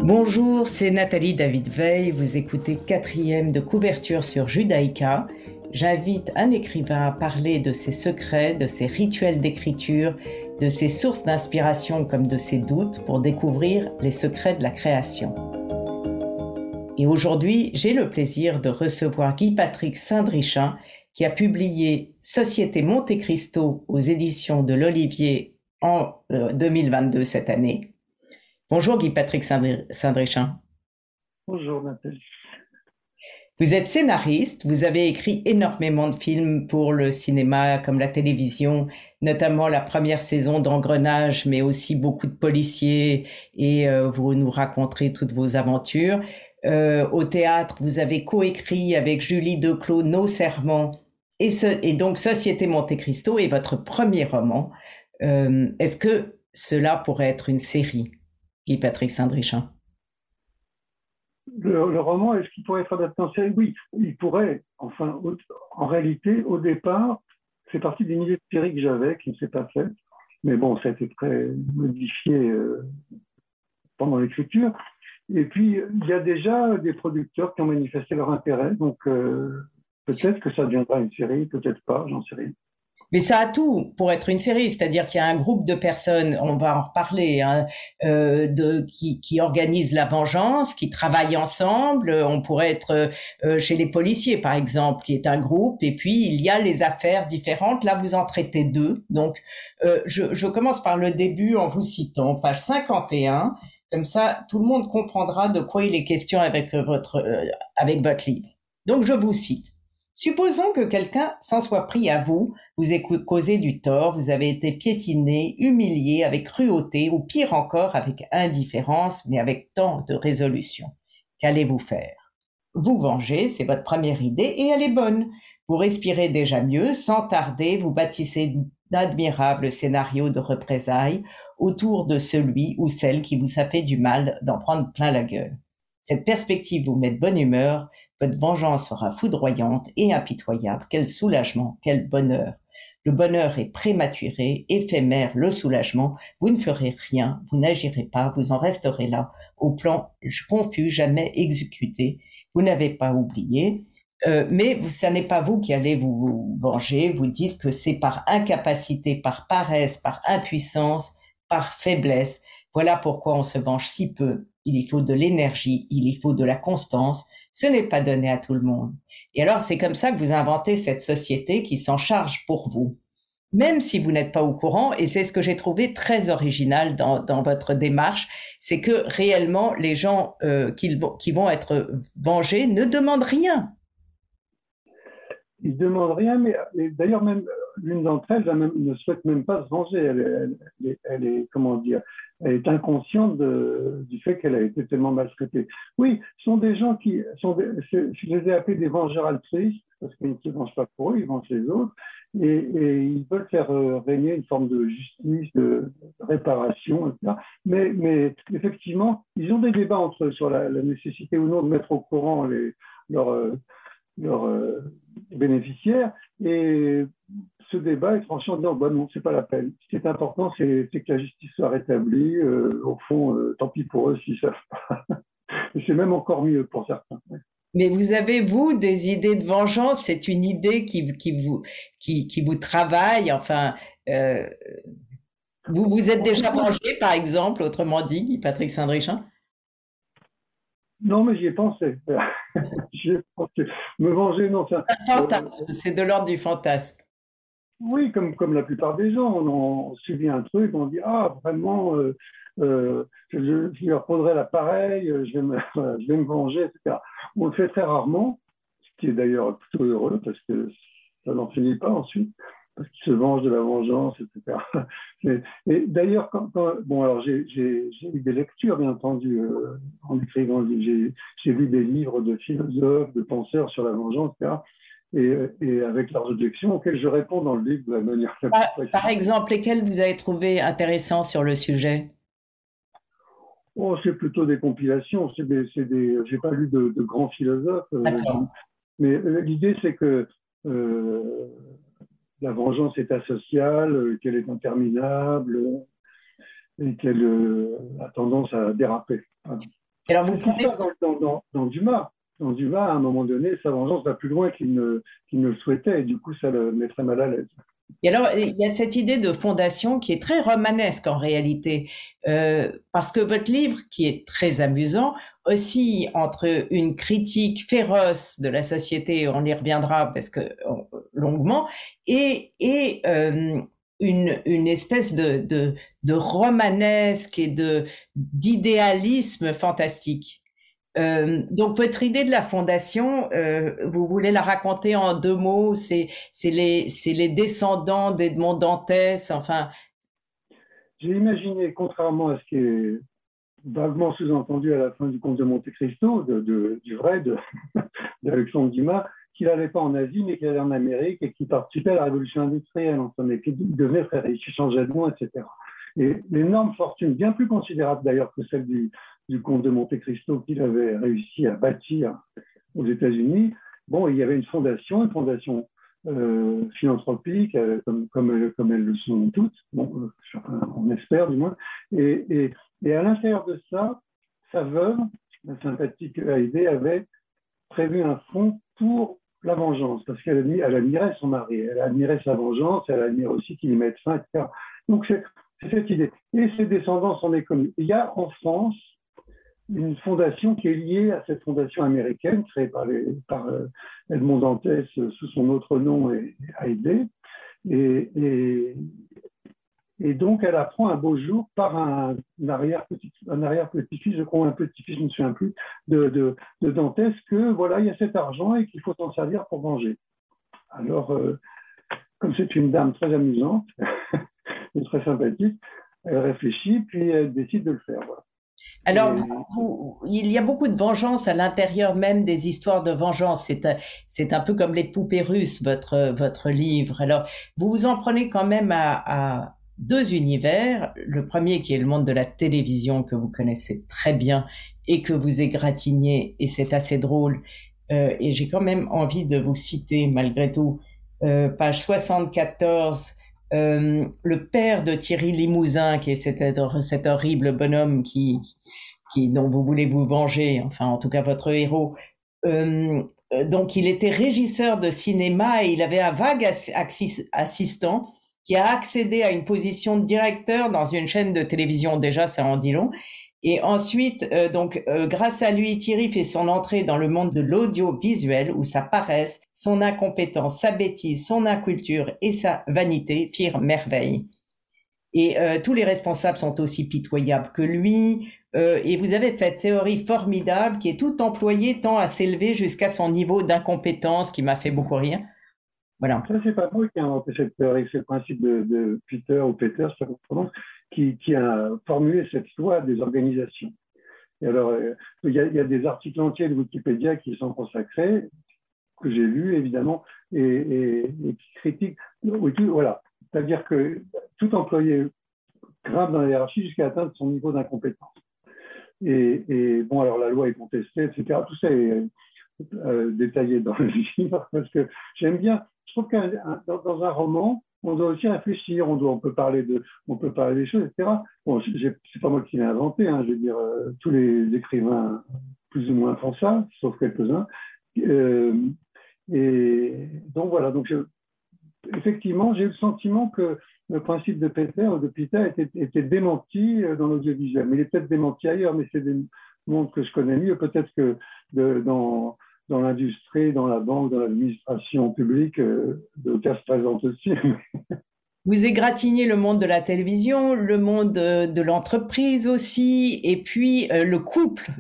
Bonjour, c'est Nathalie David-Veil. Vous écoutez 4e de couverture sur Judaïka. J'invite un écrivain à parler de ses secrets, de ses rituels d'écriture, de ses sources d'inspiration comme de ses doutes pour découvrir les secrets de la création. Et aujourd'hui, j'ai le plaisir de recevoir Guy-Patrick Saint-Drichin qui a publié Société Monte Cristo aux éditions de l'Olivier en 2022 cette année. Bonjour Guy-Patrick Saint-Drichin. Bonjour Nathalie. Vous êtes scénariste, vous avez écrit énormément de films pour le cinéma comme la télévision, notamment la première saison d'Engrenage, mais aussi beaucoup de policiers et vous nous raconterez toutes vos aventures. Au théâtre, vous avez coécrit avec Julie Declos Nos Serments et donc Société Monte Cristo est votre premier roman. Est-ce que cela pourrait être une série, Guy-Patrick Saint-Drichin? Le roman, est-ce qu'il pourrait être adapté en série? Oui, il pourrait. Enfin, en réalité, au départ, c'est parti d'une idée de série que j'avais, qui ne s'est pas faite. Mais bon, ça a été très modifié pendant l'écriture. Et puis, il y a déjà des producteurs qui ont manifesté leur intérêt. Donc, peut-être que ça deviendra une série, peut-être pas, j'en sais rien. Mais ça a tout pour être une série, c'est-à-dire qu'il y a un groupe de personnes, on va en reparler, hein, qui organisent la vengeance, qui travaillent ensemble. On pourrait être chez les policiers, par exemple, qui est un groupe, et puis il y a les affaires différentes. Là, vous en traitez deux. Donc, je commence par le début en vous citant, page 51. Comme ça, tout le monde comprendra de quoi il est question avec votre livre. Donc, je vous cite. Supposons que quelqu'un s'en soit pris à vous, vous ait causé du tort, vous avez été piétiné, humilié avec cruauté ou pire encore avec indifférence, mais avec tant de résolution. Qu'allez-vous faire? Vous venger, c'est votre première idée et elle est bonne. Vous respirez déjà mieux, sans tarder, vous bâtissez d'admirables scénarios de représailles autour de celui ou celle qui vous a fait du mal d'en prendre plein la gueule. Cette perspective vous met de bonne humeur, votre vengeance sera foudroyante et impitoyable. Quel soulagement, quel bonheur. Le bonheur est prématuré, éphémère le soulagement. Vous ne ferez rien, vous n'agirez pas, vous en resterez là, au plan confus, jamais exécuté. Vous n'avez pas oublié. Mais ce n'est pas vous qui allez vous venger. Vous dites que c'est par incapacité, par paresse, par impuissance, par faiblesse. Voilà pourquoi on se venge si peu. Il y faut de l'énergie, il y faut de la constance. Ce n'est pas donné à tout le monde. Et alors, c'est comme ça que vous inventez cette société qui s'en charge pour vous. Même si vous n'êtes pas au courant, et c'est ce que j'ai trouvé très original dans votre démarche, c'est que réellement, les gens qui vont être vengés ne demandent rien. Ils ne demandent rien, mais d'ailleurs, même l'une d'entre elles ne souhaite même pas se venger. Elle est, comment dire, elle est inconsciente du fait qu'elle a été tellement maltraitée. Oui, ce sont des gens je les ai appelés des vengeurs altruistes, parce qu'ils ne se vengent pas pour eux, ils vengent les autres, et ils veulent faire régner une forme de justice, de réparation, etc. Mais effectivement, ils ont des débats entre eux sur la nécessité ou non de mettre au courant leurs bénéficiaires. Et ce débat est tranché en disant bon, non, c'est pas la peine. Ce qui est important, c'est que la justice soit rétablie. Au fond, tant pis pour eux s'ils savent pas. Et c'est même encore mieux pour certains. Ouais. Mais vous avez, vous, des idées de vengeance? C'est une idée qui vous travaille. Enfin, euh, vous vous êtes déjà vengé, par exemple, autrement dit, Patrick Saint-Drichin? Non, mais j'y ai pensé. J'y ai pensé. Me venger, non. Ça, Fantasme, c'est de l'ordre du fantasme. oui, comme la plupart des gens, on subit un truc, on dit ah vraiment, je leur prendrai l'appareil, je vais me venger, etc. On le fait très rarement, ce qui est d'ailleurs plutôt heureux parce que ça n'en finit pas ensuite, parce qu'ils se vengent de la vengeance, etc. Et d'ailleurs, bon alors j'ai eu des lectures bien entendu en écrivant, j'ai lu des livres de philosophes, de penseurs sur la vengeance, etc. Et avec leurs objections auxquelles je réponds dans le livre de la manière la plus Par précise. exemple, lesquels vous avez trouvé intéressants sur le sujet? Oh, c'est plutôt des compilations, j'ai pas lu de grands philosophes, D'accord. mais l'idée c'est que euh, la vengeance est asociale, qu'elle est interminable et qu'elle a tendance à déraper. Voilà. Alors, vous C'est tout prenez. ça dans Dumas. Dans Dumas, à un moment donné, sa vengeance va plus loin qu'il ne le souhaitait, et du coup, ça le met très mal à l'aise. Et alors, il y a cette idée de fondation qui est très romanesque en réalité, parce que votre livre, qui est très amusant, oscille entre une critique féroce de la société, on y reviendra parce que longuement, et une espèce de romanesque et d'idéalisme fantastique. Donc votre idée de la fondation, vous voulez la raconter en deux mots, c'est les descendants d'Edmond Dantès, enfin. J'ai imaginé, contrairement à ce qui est vaguement sous-entendu à la fin du Comte de Monte-Cristo, du vrai, d'Alexandre Dumas, qu'il n'allait pas en Asie, mais qu'il allait en Amérique et qu'il participait à la révolution industrielle, en somme, et qu'il devenait très riche, il changeait de nom, etc. Et l'énorme fortune, bien plus considérable d'ailleurs que celle du Comte de Monte-Cristo qu'il avait réussi à bâtir aux États-Unis, bon, il y avait une fondation philanthropique, comme elles le sont toutes, bon, on espère du moins, et à l'intérieur de ça, sa veuve, la sympathique Haïdé, avait prévu un fonds pour la vengeance, parce qu'elle admirait son mari, elle admirait sa vengeance, elle admirait aussi qu'il y mette fin, etc. Donc c'est cette idée. Et ses descendants s'en est connus. Il y a en France une fondation qui est liée à cette fondation américaine créée par Edmond Dantès sous son autre nom et Haïdé. Et donc, elle apprend un beau jour par un arrière-petit-fils, je crois, un petit-fils, je ne me souviens plus, de Dantès, que voilà, il y a cet argent et qu'il faut s'en servir pour venger. Alors, comme c'est une dame très amusante et très sympathique, elle réfléchit, puis elle décide de le faire. Voilà. Alors, il y a beaucoup de vengeance à l'intérieur même des histoires de vengeance. C'est un peu comme les poupées russes, votre livre. Alors, vous vous en prenez quand même à deux univers. Le premier qui est le monde de la télévision que vous connaissez très bien et que vous égratignez, et c'est assez drôle. Et j'ai quand même envie de vous citer, malgré tout, page 74. Le père de Thierry Limousin, qui est cet horrible bonhomme dont vous voulez vous venger, enfin en tout cas votre héros. Donc il était régisseur de cinéma et il avait un vague assistant qui a accédé à une position de directeur dans une chaîne de télévision. Déjà, ça en dit long. Et ensuite, grâce à lui, Thierry fait son entrée dans le monde de l'audiovisuel où sa paresse, son incompétence, sa bêtise, son inculture et sa vanité firent merveille. Et tous les responsables sont aussi pitoyables que lui. Et vous avez cette théorie formidable qui est toute employée tant à s'élever jusqu'à son niveau d'incompétence qui m'a fait beaucoup rire. Voilà. Ça, c'est pas moi qui ai inventé cette théorie, c'est le principe de Peter ou Peter, ça prononce, qui a formulé cette loi des organisations. Et alors, il y a des articles entiers de Wikipédia qui sont consacrés, que j'ai lus évidemment, et qui critiquent. Voilà. C'est-à-dire que tout employé grimpe dans la hiérarchie jusqu'à atteindre son niveau d'incompétence. Et bon, alors la loi est contestée, etc. Tout ça est détaillé dans le livre, parce que j'aime bien. Je trouve que dans un roman, on doit aussi réfléchir, on peut parler des choses, etc. Bon, c'est pas moi qui l'ai inventé, hein, je veux dire, tous les écrivains plus ou moins font ça, sauf quelques-uns. Et donc voilà, effectivement, j'ai eu le sentiment que le principe de Peter était démenti dans l'audiovisuel. Mais il est peut-être démenti ailleurs, mais c'est des mondes que je connais mieux. Peut-être que dans l'industrie, dans la banque, dans l'administration publique, le cas se présente aussi. Vous égratignez le monde de la télévision, le monde de l'entreprise aussi, et puis le couple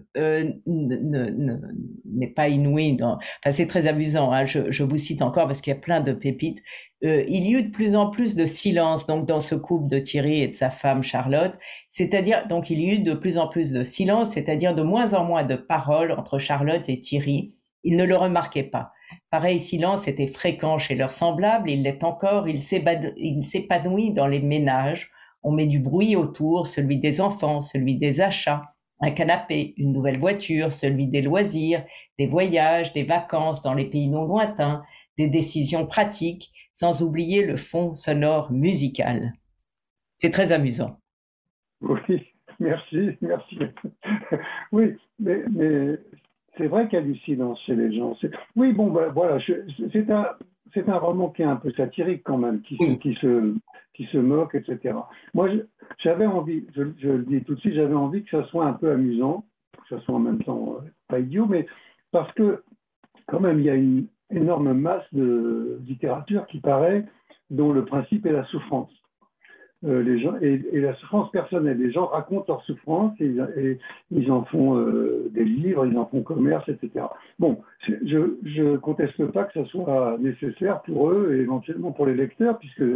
n'est pas inouï. Enfin, c'est très amusant, hein, je vous cite encore parce qu'il y a plein de pépites. Il y eut de plus en plus de silence donc dans ce couple de Thierry et de sa femme Charlotte, c'est-à-dire donc il y eut de plus en plus de silence, c'est-à-dire de moins en moins de paroles entre Charlotte et Thierry. Ils ne le remarquaient pas. Pareil silence était fréquent chez leurs semblables, il l'est encore, il s'épanouit dans les ménages. On met du bruit autour, celui des enfants, celui des achats, un canapé, une nouvelle voiture, celui des loisirs, des voyages, des vacances dans les pays non lointains, des décisions pratiques, sans oublier le fond sonore musical. C'est très amusant. Oui, Merci, merci. Oui, mais c'est vrai qu'il y a du silence chez les gens. Oui, bon, ben, voilà, c'est un roman qui est un peu satirique quand même, Oui. qui se moque, etc. Moi, j'avais envie, je le dis tout de suite, j'avais envie que ça soit un peu amusant, que ça soit en même temps pas idiot, mais parce que quand même, il y a une énorme masse de littérature qui paraît, dont le principe est la souffrance. Les gens, et la souffrance personnelle. Les gens racontent leur souffrance et ils en font des livres, ils en font commerce, etc. Bon, je ne conteste pas que ça soit nécessaire pour eux et éventuellement pour les lecteurs,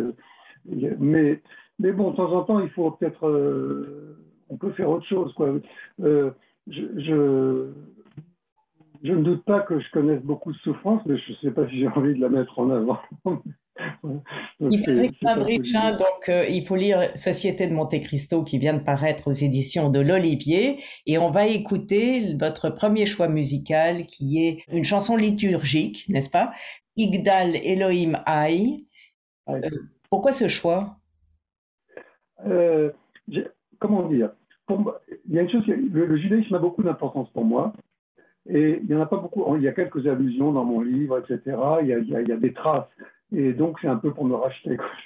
mais bon, de temps en temps, il faut peut-être, on peut faire autre chose, quoi. Euh, je, je, je ne doute pas que je connaisse beaucoup de souffrance, mais je ne sais pas si j'ai envie de la mettre en avant. Donc Il Patrick c'est un peu Fabrichin, l'idée. donc il faut lire Société de Monte Cristo qui vient de paraître aux éditions de l'Olivier et on va écouter votre premier choix musical qui est une chanson liturgique, n'est-ce pas? Igdal Elohim Hay. Ouais. Euh, Pourquoi ce choix? Euh, Comment dire, il y a une chose, le judaïsme a beaucoup d'importance pour moi, et il n'y en a pas beaucoup, il y a quelques allusions dans mon livre, etc., il y a des traces, et donc c'est un peu pour me racheter, quoi.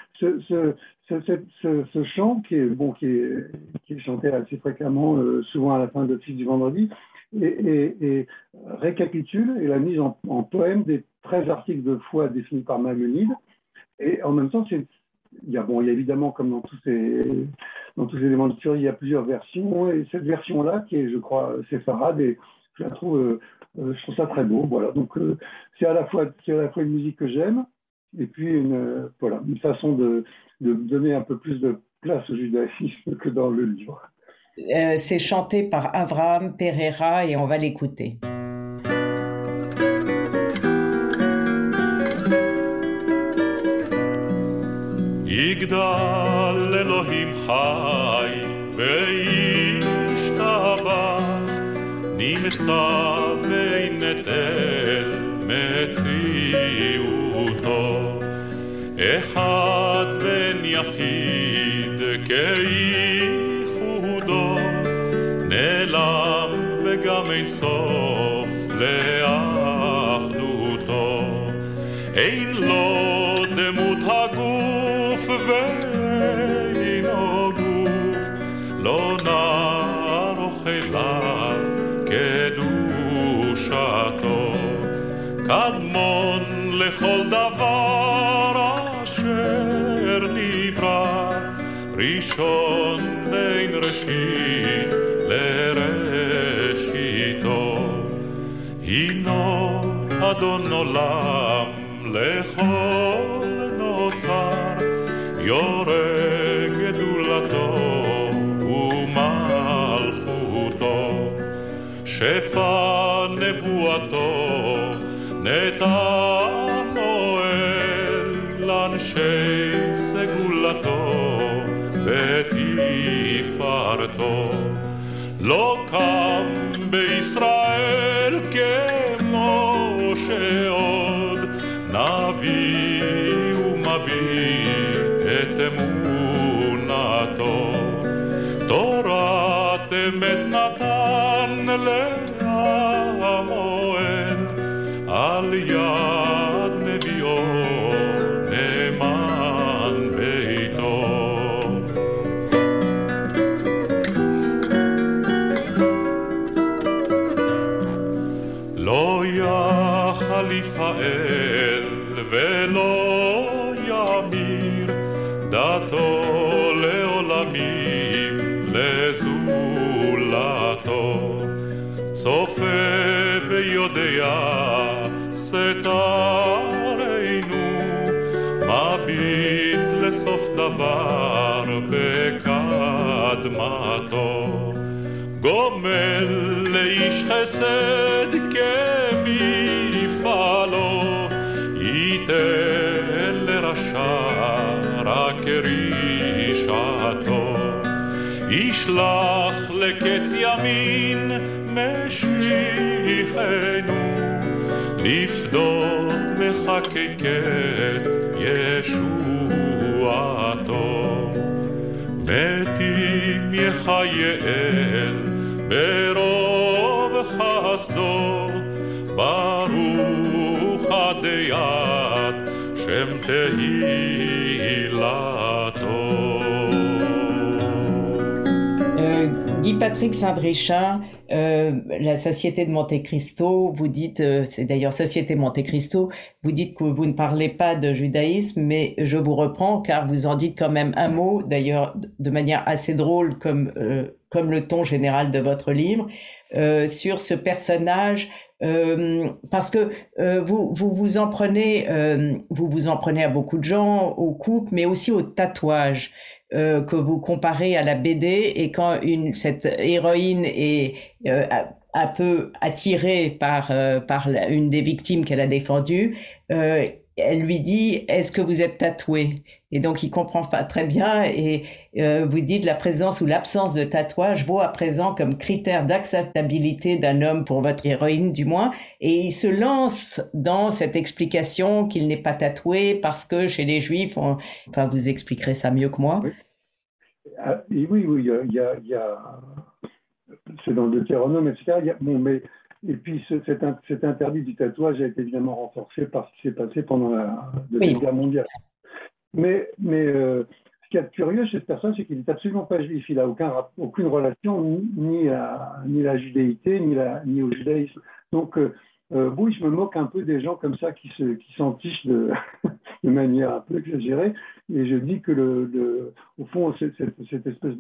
Ce chant qui est chanté assez fréquemment, souvent à la fin de l'Office du vendredi, et récapitule et la mise en poème des 13 articles de foi définis par Maïmonide, et en même temps, il y a évidemment, comme dans tous ces éléments de théorie, il y a plusieurs versions. Et cette version-là, qui est, je crois, séfarade, et je trouve ça très beau. Voilà. Donc, c'est à la fois une musique que j'aime, et puis voilà, une façon de donner un peu plus de place au judaïsme que dans le livre. C'est chanté par Avraham Pereira et on va l'écouter. יגדל אלוהים חי וישתבח נמצא ונטל מציאותו אחד בן יחיד כייחודו נעלם וגם אין סוף לאחדותו אין לו דמות הגוף ואינו גוף לא נערוך אליו קדושתו קדמון לכל דבר אשר נברא ראשון בין ראשית לראשיתו הינו אדון עולם לכל נוצר יורה גדולתו ומלכותו שפע נבואתו נתן נואל לאנשי סגולתו ותפארתו לא קם בישראל כמו שעוד נביא ומביט את אמונתו תורת אמת נתן לעמואל על יד נביאו נאמן ביתו לא יחליף האל ולא ימיר דתו לעולמים לזולתו צופה ויודע סתרנו מביט לסוף דבר בקדמתו גומל לאיש חסד כמפעלו ייתן לרשע רק כרישתו ישלח לקץ ימין משיחנו לפדות מחכי קץ ישועתו מתים מחייאל ברוב חסדו ברוך הדיית שם תהילתו. Guy-Patrick Saint-Bréchin, la Société de Monte Cristo, vous dites, c'est d'ailleurs Société Monte Cristo, vous dites que vous ne parlez pas de judaïsme, mais je vous reprends car vous en dites quand même un mot, d'ailleurs de manière assez drôle comme le ton général de votre livre, sur ce personnage, parce que vous vous en prenez à beaucoup de gens, aux couples, mais aussi au tatouage. Que vous comparez à la BD, et quand cette héroïne est un peu attirée par une des victimes qu'elle a défendues, elle lui dit « Est-ce que vous êtes tatoué ?» Et donc il comprend pas très bien, et vous dites « La présence ou l'absence de tatouage vaut à présent comme critère d'acceptabilité d'un homme pour votre héroïne du moins », et il se lance dans cette explication qu'il n'est pas tatoué parce que chez les Juifs, enfin vous expliquerez ça mieux que moi. Oui, oui, il y a c'est dans le Deutéronome, etc. Et puis cet interdit du tatouage a été évidemment renforcé par ce qui s'est passé pendant la Deuxième Guerre mondiale. Mais ce qu'il y a de curieux chez cette personne, c'est qu'il n'est absolument pas juif. Il n'a aucune relation ni à la judéité, ni au judaïsme. Donc, oui, je me moque un peu des gens comme ça qui s'en fichent de manière un peu exagérée. Et je dis que au fond, cette espèce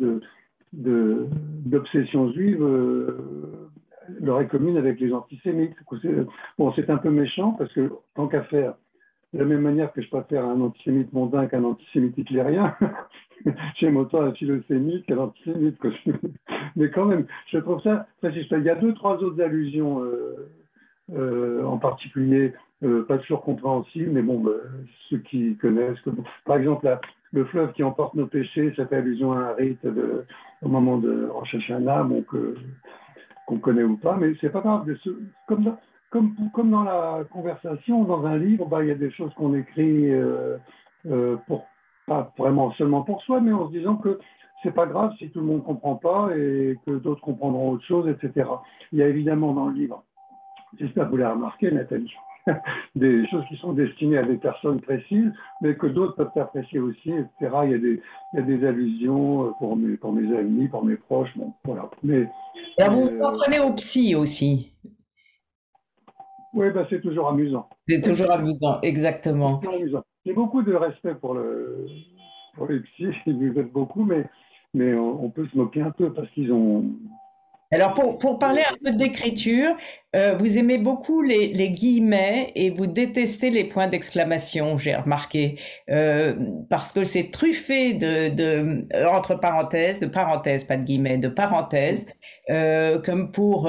d'obsession juive leur est commune avec les antisémites. C'est un peu méchant parce que tant qu'à faire, de la même manière que je préfère un antisémite mondain qu'un antisémite hitlérien, j'aime autant un philosémite qu'un antisémite. Mais quand même, je trouve ça très suspect. Il y a 2-3 autres allusions en particulier, pas toujours compréhensibles, mais bon, ceux qui connaissent. Par exemple, le fleuve qui emporte nos péchés, ça fait allusion à un rite au moment de Rosh Hashanah, qu'on connaît ou pas, mais c'est pas grave. Comme dans la conversation, dans un livre, il y a des choses qu'on écrit pas vraiment seulement pour soi, mais en se disant que c'est pas grave si tout le monde ne comprend pas et que d'autres comprendront autre chose, etc. Il y a évidemment dans le livre, j'espère que vous l'avez remarqué, Nathalie, des choses qui sont destinées à des personnes précises, mais que d'autres peuvent apprécier aussi, etc. Il y a des allusions pour mes amis, pour mes proches, bon, voilà. Alors vous vous en prenez au psy aussi. Oui, c'est toujours amusant. C'est toujours amusant, exactement. C'est toujours amusant. J'ai beaucoup de respect pour les psys, ils nous aident beaucoup, mais on peut se moquer un peu parce qu'ils ont... Alors pour parler un peu d'écriture, vous aimez beaucoup les guillemets et vous détestez les points d'exclamation, j'ai remarqué, parce que c'est truffé entre parenthèses, pas de guillemets, de parenthèses, comme pour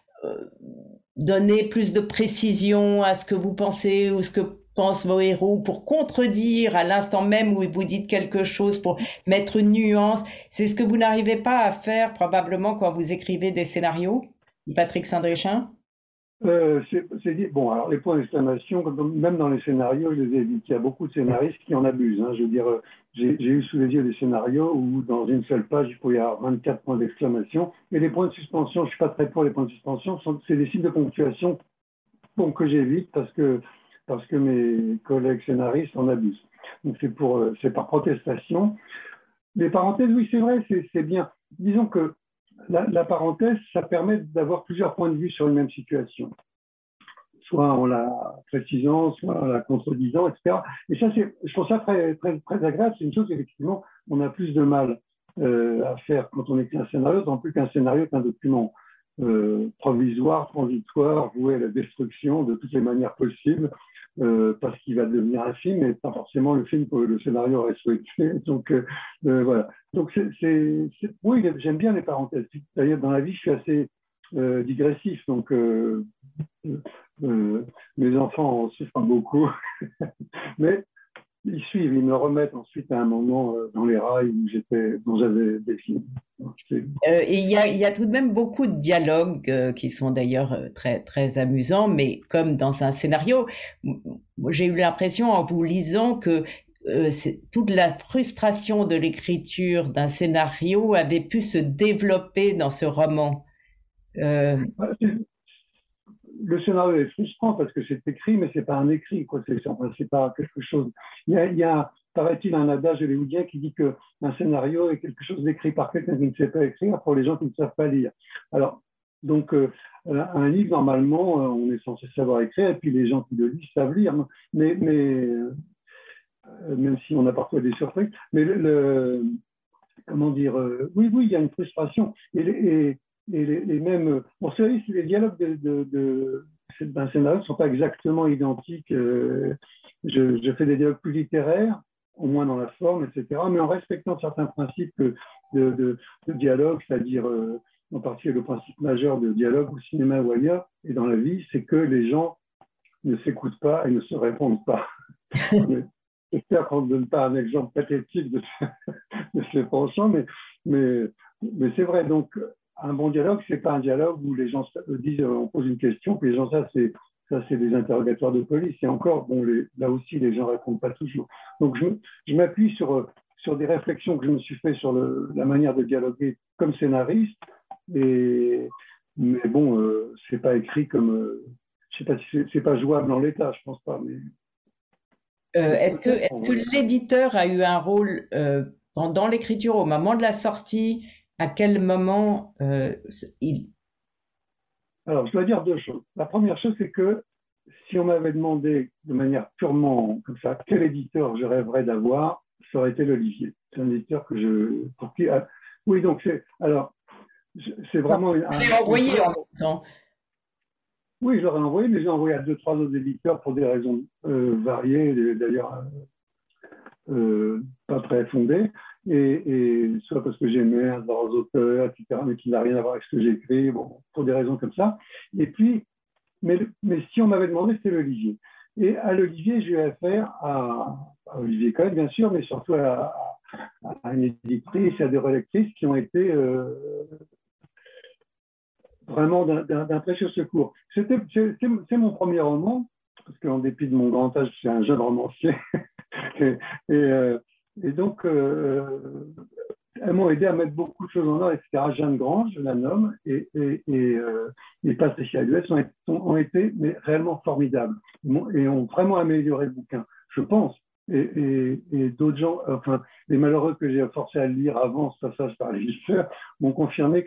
donner plus de précision à ce que vous pensez ou ce que pensent vos héros, pour contredire à l'instant même où vous dites quelque chose, pour mettre une nuance. C'est ce que vous n'arrivez pas à faire probablement quand vous écrivez des scénarios, Patrick Saint-Bréchin? Bon, alors les points d'exclamation, même dans les scénarios, je les évite. Il y a beaucoup de scénaristes qui en abusent. Hein. Je veux dire, j'ai eu sous les yeux des scénarios où dans une seule page, il pouvait y avoir 24 points d'exclamation. Et les points de suspension, je ne suis pas très pour les points de suspension, c'est des signes de ponctuation que j'évite parce que mes collègues scénaristes en abusent. Donc c'est par protestation. Les parenthèses, oui, c'est vrai, c'est bien. Disons que la parenthèse, ça permet d'avoir plusieurs points de vue sur une même situation. Soit en la précisant, soit en la contredisant, etc. Et ça, je trouve ça très, très, très agréable. C'est une chose qu'effectivement, on a plus de mal à faire quand on écrit un scénario, tant plus qu'un scénario est un document provisoire, transitoire, voué à la destruction de toutes les manières possibles, parce qu'il va devenir un film et pas forcément le film que le scénario aurait souhaité. Donc voilà. Donc oui, j'aime bien les parenthèses. D'ailleurs, dans la vie, je suis assez digressif, donc mes enfants en souffrent beaucoup, mais ils suivent, ils me remettent ensuite à un moment dans les rails dont j'avais défini. Et il y a tout de même beaucoup de dialogues qui sont d'ailleurs très, très amusants, mais comme dans un scénario, j'ai eu l'impression en vous lisant que toute la frustration de l'écriture d'un scénario avait pu se développer dans ce roman. Le scénario est frustrant parce que c'est écrit, mais c'est pas un écrit, quoi. C'est pas quelque chose. Il y a paraît-il, un adage hollywoodien qui dit qu'un scénario est quelque chose d'écrit par quelqu'un qui ne sait pas écrire pour les gens qui ne savent pas lire. Alors, donc, un livre, normalement, on est censé savoir écrire, et puis les gens qui le lisent savent lire, mais même si on a parfois des surprises. Mais comment dire, oui, il y a une frustration. Et les mêmes. Bon, c'est vrai, les dialogues d'un scénario ne sont pas exactement identiques. Je fais des dialogues plus littéraires, au moins dans la forme, etc., mais en respectant certains principes de dialogue, c'est-à-dire en particulier le principe majeur de dialogue au cinéma ou ailleurs et dans la vie, c'est que les gens ne s'écoutent pas et ne se répondent pas. J'espère qu'on ne donne pas un exemple pathétique de ces penchants, mais c'est vrai. Donc, un bon dialogue, ce n'est pas un dialogue où les gens disent, on pose une question, puis les gens, ça c'est des interrogatoires de police. Et encore, bon, là aussi, les gens ne répondent pas toujours. Donc, je m'appuie sur des réflexions que je me suis fait sur la manière de dialoguer comme scénariste. Mais bon, c'est pas écrit comme. Je sais pas si c'est pas jouable en l'état, je pense pas. Mais est-ce que l'éditeur a eu un rôle dans l'écriture au moment de la sortie? À quel moment Alors, je dois dire deux choses. La première chose, c'est que si on m'avait demandé de manière purement comme ça, quel éditeur je rêverais d'avoir, ça aurait été l'Olivier. C'est un éditeur oui, donc c'est vraiment. Vous l'avez envoyé en même temps. Oui, je l'aurais envoyé, mais j'ai envoyé à 2-3 autres éditeurs pour des raisons variées, d'ailleurs pas très fondées, et soit parce que j'aimais un de leurs auteurs, etc., mais qui n'a rien à voir avec ce que j'ai écrit, bon, pour des raisons comme ça. Et puis, mais si on m'avait demandé, c'était l'Olivier. Et à l'Olivier, j'ai eu affaire à Olivier Cohen, bien sûr, mais surtout à une éditrice et à des relectrices qui ont été vraiment d'un précieux secours. C'est mon premier roman, parce qu'en dépit de mon grand âge, je suis un jeune romancier. et donc, elles m'ont aidé à mettre beaucoup de choses en ordre, etc. Jeanne Grange, je la nomme, et Patricia Lues ont été mais réellement formidables et ont vraiment amélioré le bouquin, je pense. Et d'autres gens, enfin, les malheureux que j'ai forcé à le lire avant ce passage par l'éditeur, m'ont confirmé que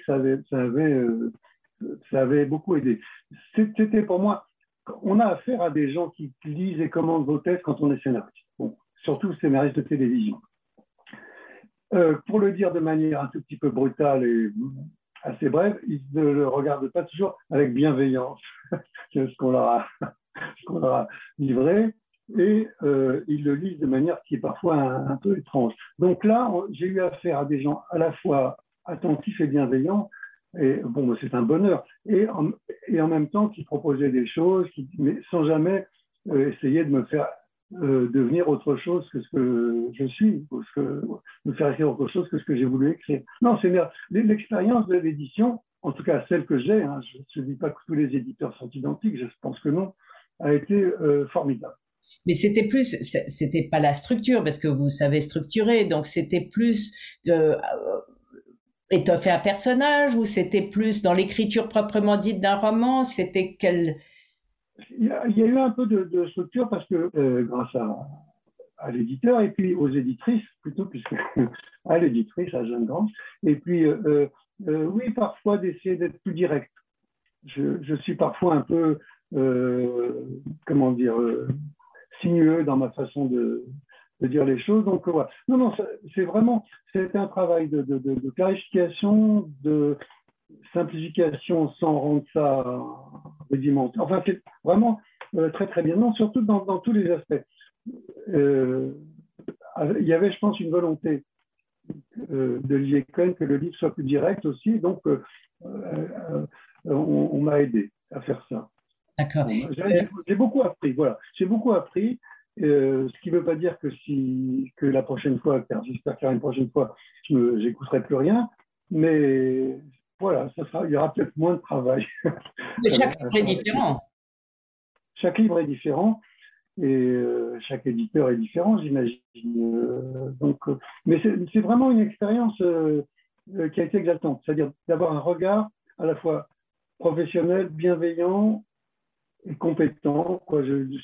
ça avait beaucoup aidé. C'était pour moi, on a affaire à des gens qui lisent et commandent vos textes quand on est scénariste. Bon, surtout scénariste de télévision. Pour le dire de manière un tout petit peu brutale et assez brève, ils ne le regardent pas toujours avec bienveillance, ce qu'on leur a livré, et ils le lisent de manière qui est parfois un peu étrange. Donc là, j'ai eu affaire à des gens à la fois attentifs et bienveillants, et bon, c'est un bonheur, et en même temps qui proposaient des choses, mais sans jamais essayer de me faire devenir autre chose que ce que je suis, ou me faire écrire autre chose que ce que j'ai voulu écrire. Non, c'est l'expérience de l'édition, en tout cas celle que j'ai, hein, je ne dis pas que tous les éditeurs sont identiques, je pense que non, a été formidable. Mais c'était pas la structure, parce que vous savez structurer, donc c'était plus étoffer un personnage, ou c'était plus dans l'écriture proprement dite d'un roman, c'était quel... Il y a eu un peu de structure parce que grâce à l'éditeur et puis aux éditrices plutôt, puisque à l'éditrice, à Jeanne Grange, et puis oui, parfois d'essayer d'être plus direct. Je suis parfois un peu, comment dire, sinueux dans ma façon de dire les choses. Donc voilà. Non, c'est un travail de clarification, de simplification sans rendre ça rudimenteux. Enfin, c'est vraiment très très bien. Non, surtout dans tous les aspects. Il y avait, je pense, une volonté d'Olivier Cohen que le livre soit plus direct aussi. Donc, on m'a aidé à faire ça. D'accord. J'ai beaucoup appris. Voilà, j'ai beaucoup appris. Ce qui ne veut pas dire que la prochaine fois, car j'espère qu'il y aura une prochaine fois, j'écouterai plus rien. Mais voilà, il y aura peut-être moins de travail. Mais chaque livre est différent. Chaque livre est différent. chaque éditeur est différent, j'imagine. Mais c'est vraiment une expérience qui a été exaltante, c'est-à-dire d'avoir un regard à la fois professionnel, bienveillant et compétent quoi,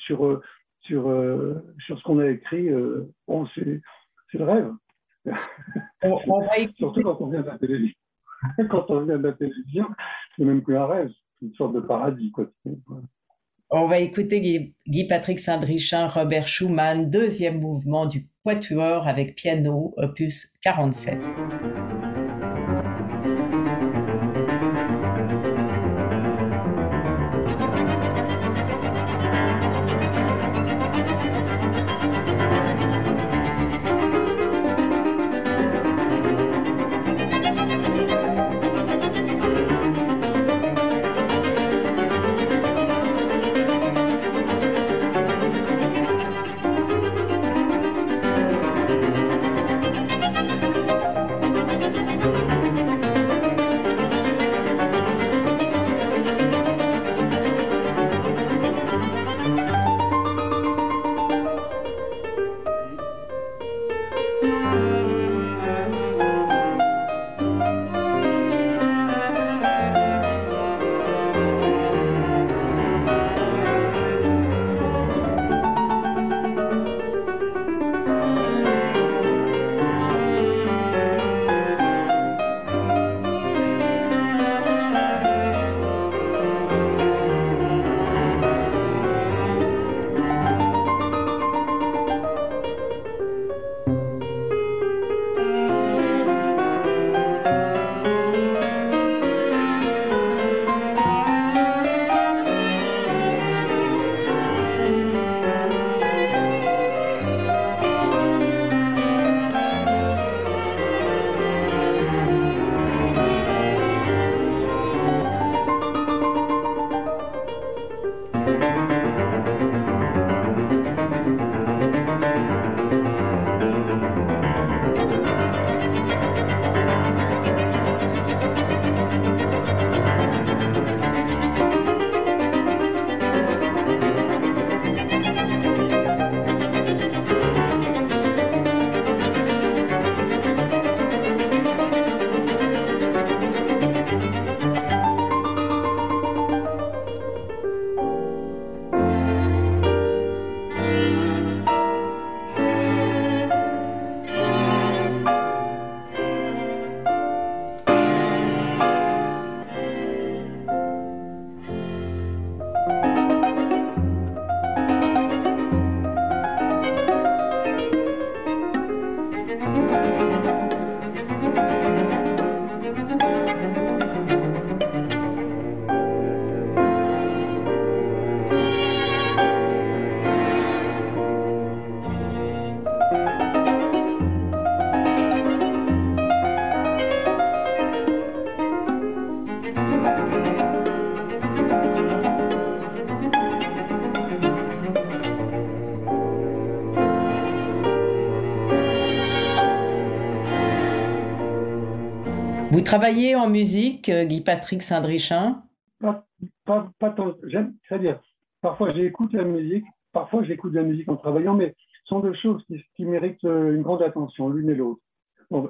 sur ce qu'on a écrit. Bon, c'est le rêve. On va Surtout écouter, quand on vient de la télévision. Quand on vient de la télévision, c'est même plus un rêve, c'est une sorte de paradis. Quoi. on va écouter Guy-Patrick Saint-Drichin, Robert Schumann, deuxième mouvement du Quatuor avec piano, opus 47. Vous travaillez en musique, Guy-Patrick Saint-Drichin? Pas tant. C'est-à-dire, parfois j'écoute la musique, parfois j'écoute la musique en travaillant, mais ce sont deux choses qui méritent une grande attention, l'une et l'autre. Bon,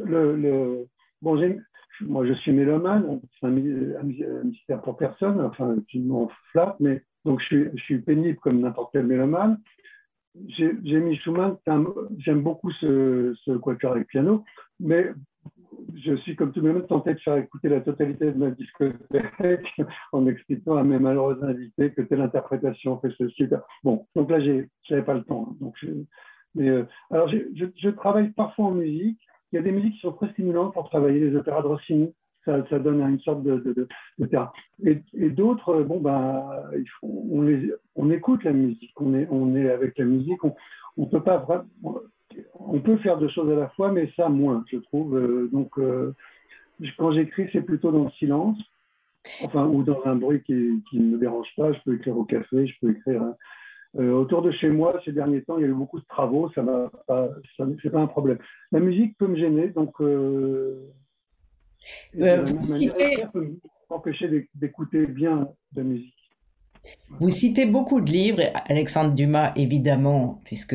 bon, moi je suis mélomane, c'est un mystère pour personne, enfin, je m'en flatte, mais donc je suis pénible comme n'importe quel mélomane. J'ai mis Schumann, j'aime beaucoup ce quatuor avec piano, mais je suis comme tout le monde tenté de faire écouter la totalité de ma discothèque en expliquant à mes malheureux invités que telle interprétation fait ceci. Bon, donc là, je n'avais pas le temps. Donc alors, je travaille parfois en musique. Il y a des musiques qui sont très stimulantes pour travailler, les opéras de Rossini. Ça donne une sorte de terrain. Et d'autres, bon, on écoute la musique, on est avec la musique, on peut pas vraiment. On peut faire deux choses à la fois, mais ça moins, je trouve. Donc, quand j'écris, c'est plutôt dans le silence, enfin, ou dans un bruit qui ne me dérange pas. Je peux écrire au café, je peux écrire. Autour de chez moi, ces derniers temps, il y a eu beaucoup de travaux, c'est pas un problème. La musique peut me gêner, donc. De la même manière, peut m'empêcher d'écouter bien la musique. Vous citez beaucoup de livres, Alexandre Dumas évidemment, puisque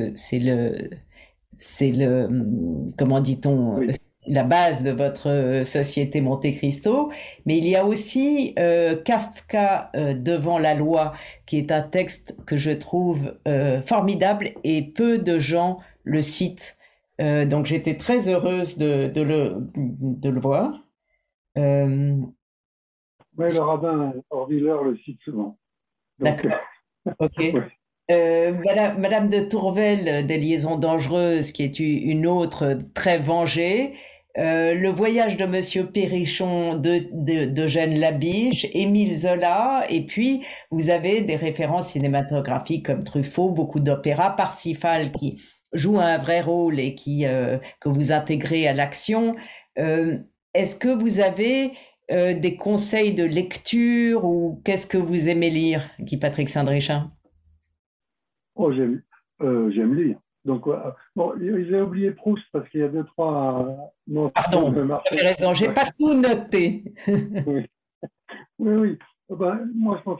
comment dit-on, Oui. la base de votre société Monte Cristo, mais il y a aussi Kafka devant la loi, qui est un texte que je trouve formidable et peu de gens le citent. Donc j'étais très heureuse de le voir. Euh, Oui, le rabbin Orviller le cite souvent. Donc, d'accord, ok. ouais. Madame de Tourvel, des Liaisons dangereuses, qui est une autre très vengée. Le voyage de Monsieur Perrichon d'Eugène Labiche, Émile Zola, et puis vous avez des références cinématographiques comme Truffaut, beaucoup d'opéras, Parsifal qui joue un vrai rôle et que vous intégrez à l'action. Euh, Est-ce que vous avez des conseils de lecture ou qu'est-ce que vous aimez lire, Guy Patrick Saint-Bréchin? Oh, j'aime lire. Donc, bon, j'ai oublié Proust parce qu'il y a deux, trois noms qui Pardon, peuvent vous marcher. avez raison, j'ai Ouais, pas tout noté. oui, oui, oui. Ben, moi, je pense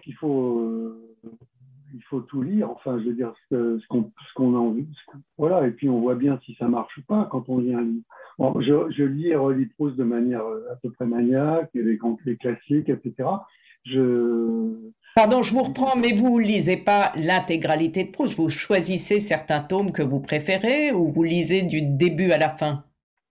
il faut tout lire. Enfin, je veux dire, ce qu'on a envie. Voilà, et puis on voit bien si ça marche ou pas quand on lit un livre. Bon, je lis et relis Proust de manière à peu près maniaque, et les classiques, etc. Je, Pardon, je vous reprends, mais vous lisez pas l'intégralité de Proust. Vous choisissez certains tomes que vous préférez ou vous lisez du début à la fin.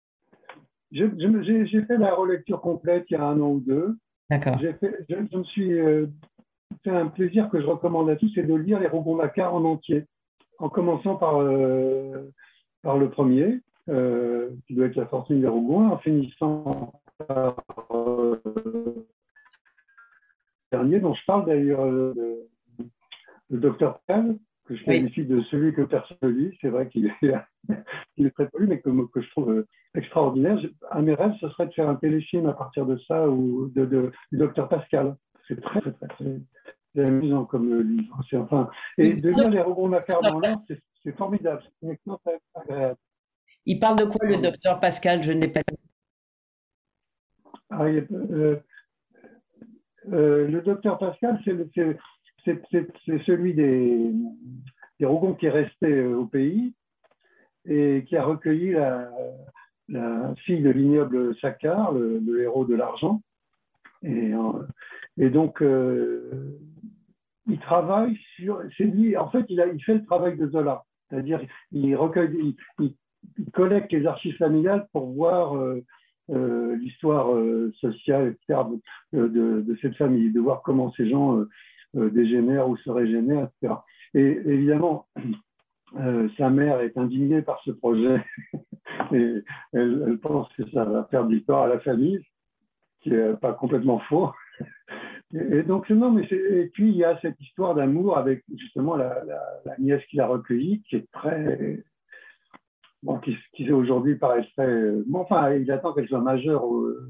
j'ai fait la relecture complète il y a un an ou deux. D'accord. Je me suis fait un plaisir que je recommande à tous, c'est de lire les Rougon-Macquart en entier, en commençant par le premier, qui doit être La Fortune des Rougon, en finissant par le dernier, dont je parle d'ailleurs, le Docteur Pascal, que je Oui. qualifie de celui que personne ne lit. C'est vrai qu'il est, il est très connu, mais que je trouve extraordinaire. Un de mes rêves, ce serait de faire un téléfilm à partir de ça, ou du Docteur Pascal. C'est très amusant comme livre. Enfin, et Il de parle lire les Rougon-Macquart de, dans l'ordre, c'est formidable. C'est une expérience agréable. il parle de quoi le Pardon. docteur Pascal? Je n'ai pas. Ah, le Docteur Pascal, c'est celui des Rougons qui est resté au pays et qui a recueilli la fille de l'ignoble Saccard, le héros de l'argent. Et, et donc, il travaille sur. C'est lui, en fait, il fait le travail de Zola. C'est-à-dire, il recueille, il collecte les archives familiales pour voir l'histoire sociale, etc., de cette famille, de voir comment ces gens dégénèrent ou se régénèrent, etc. Et évidemment, sa mère est indignée par ce projet et elle pense que ça va faire du tort à la famille, qui n'est pas complètement faux. Et donc, non, mais et puis il y a cette histoire d'amour avec justement la nièce qu'il a recueillie, qui est très. Bon, qui aujourd'hui paraîtrait. Bon, enfin, il attend qu'elle soit majeure.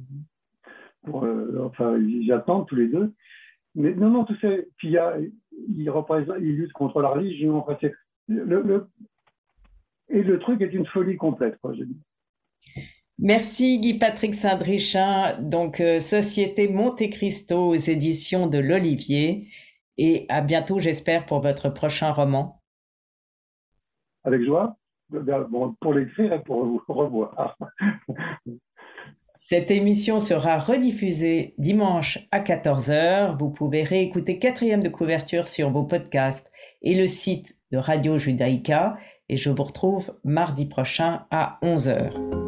Enfin, ils attendent tous les deux. Mais non, non, tout ça. Puis il lutte contre la religion. Enfin, et le truc est une folie complète, quoi, je dis. Merci Guy Patrick Saint-Bréchin, donc Société Monte Cristo aux éditions de l'Olivier. Et à bientôt, j'espère, pour votre prochain roman. Avec joie. Bon, pour l'écrire et pour vous revoir. Cette émission sera rediffusée dimanche à 14 heures. Vous pouvez réécouter quatrième de couverture sur vos podcasts et le site de Radio Judaïka. Et je vous retrouve mardi prochain à 11 heures.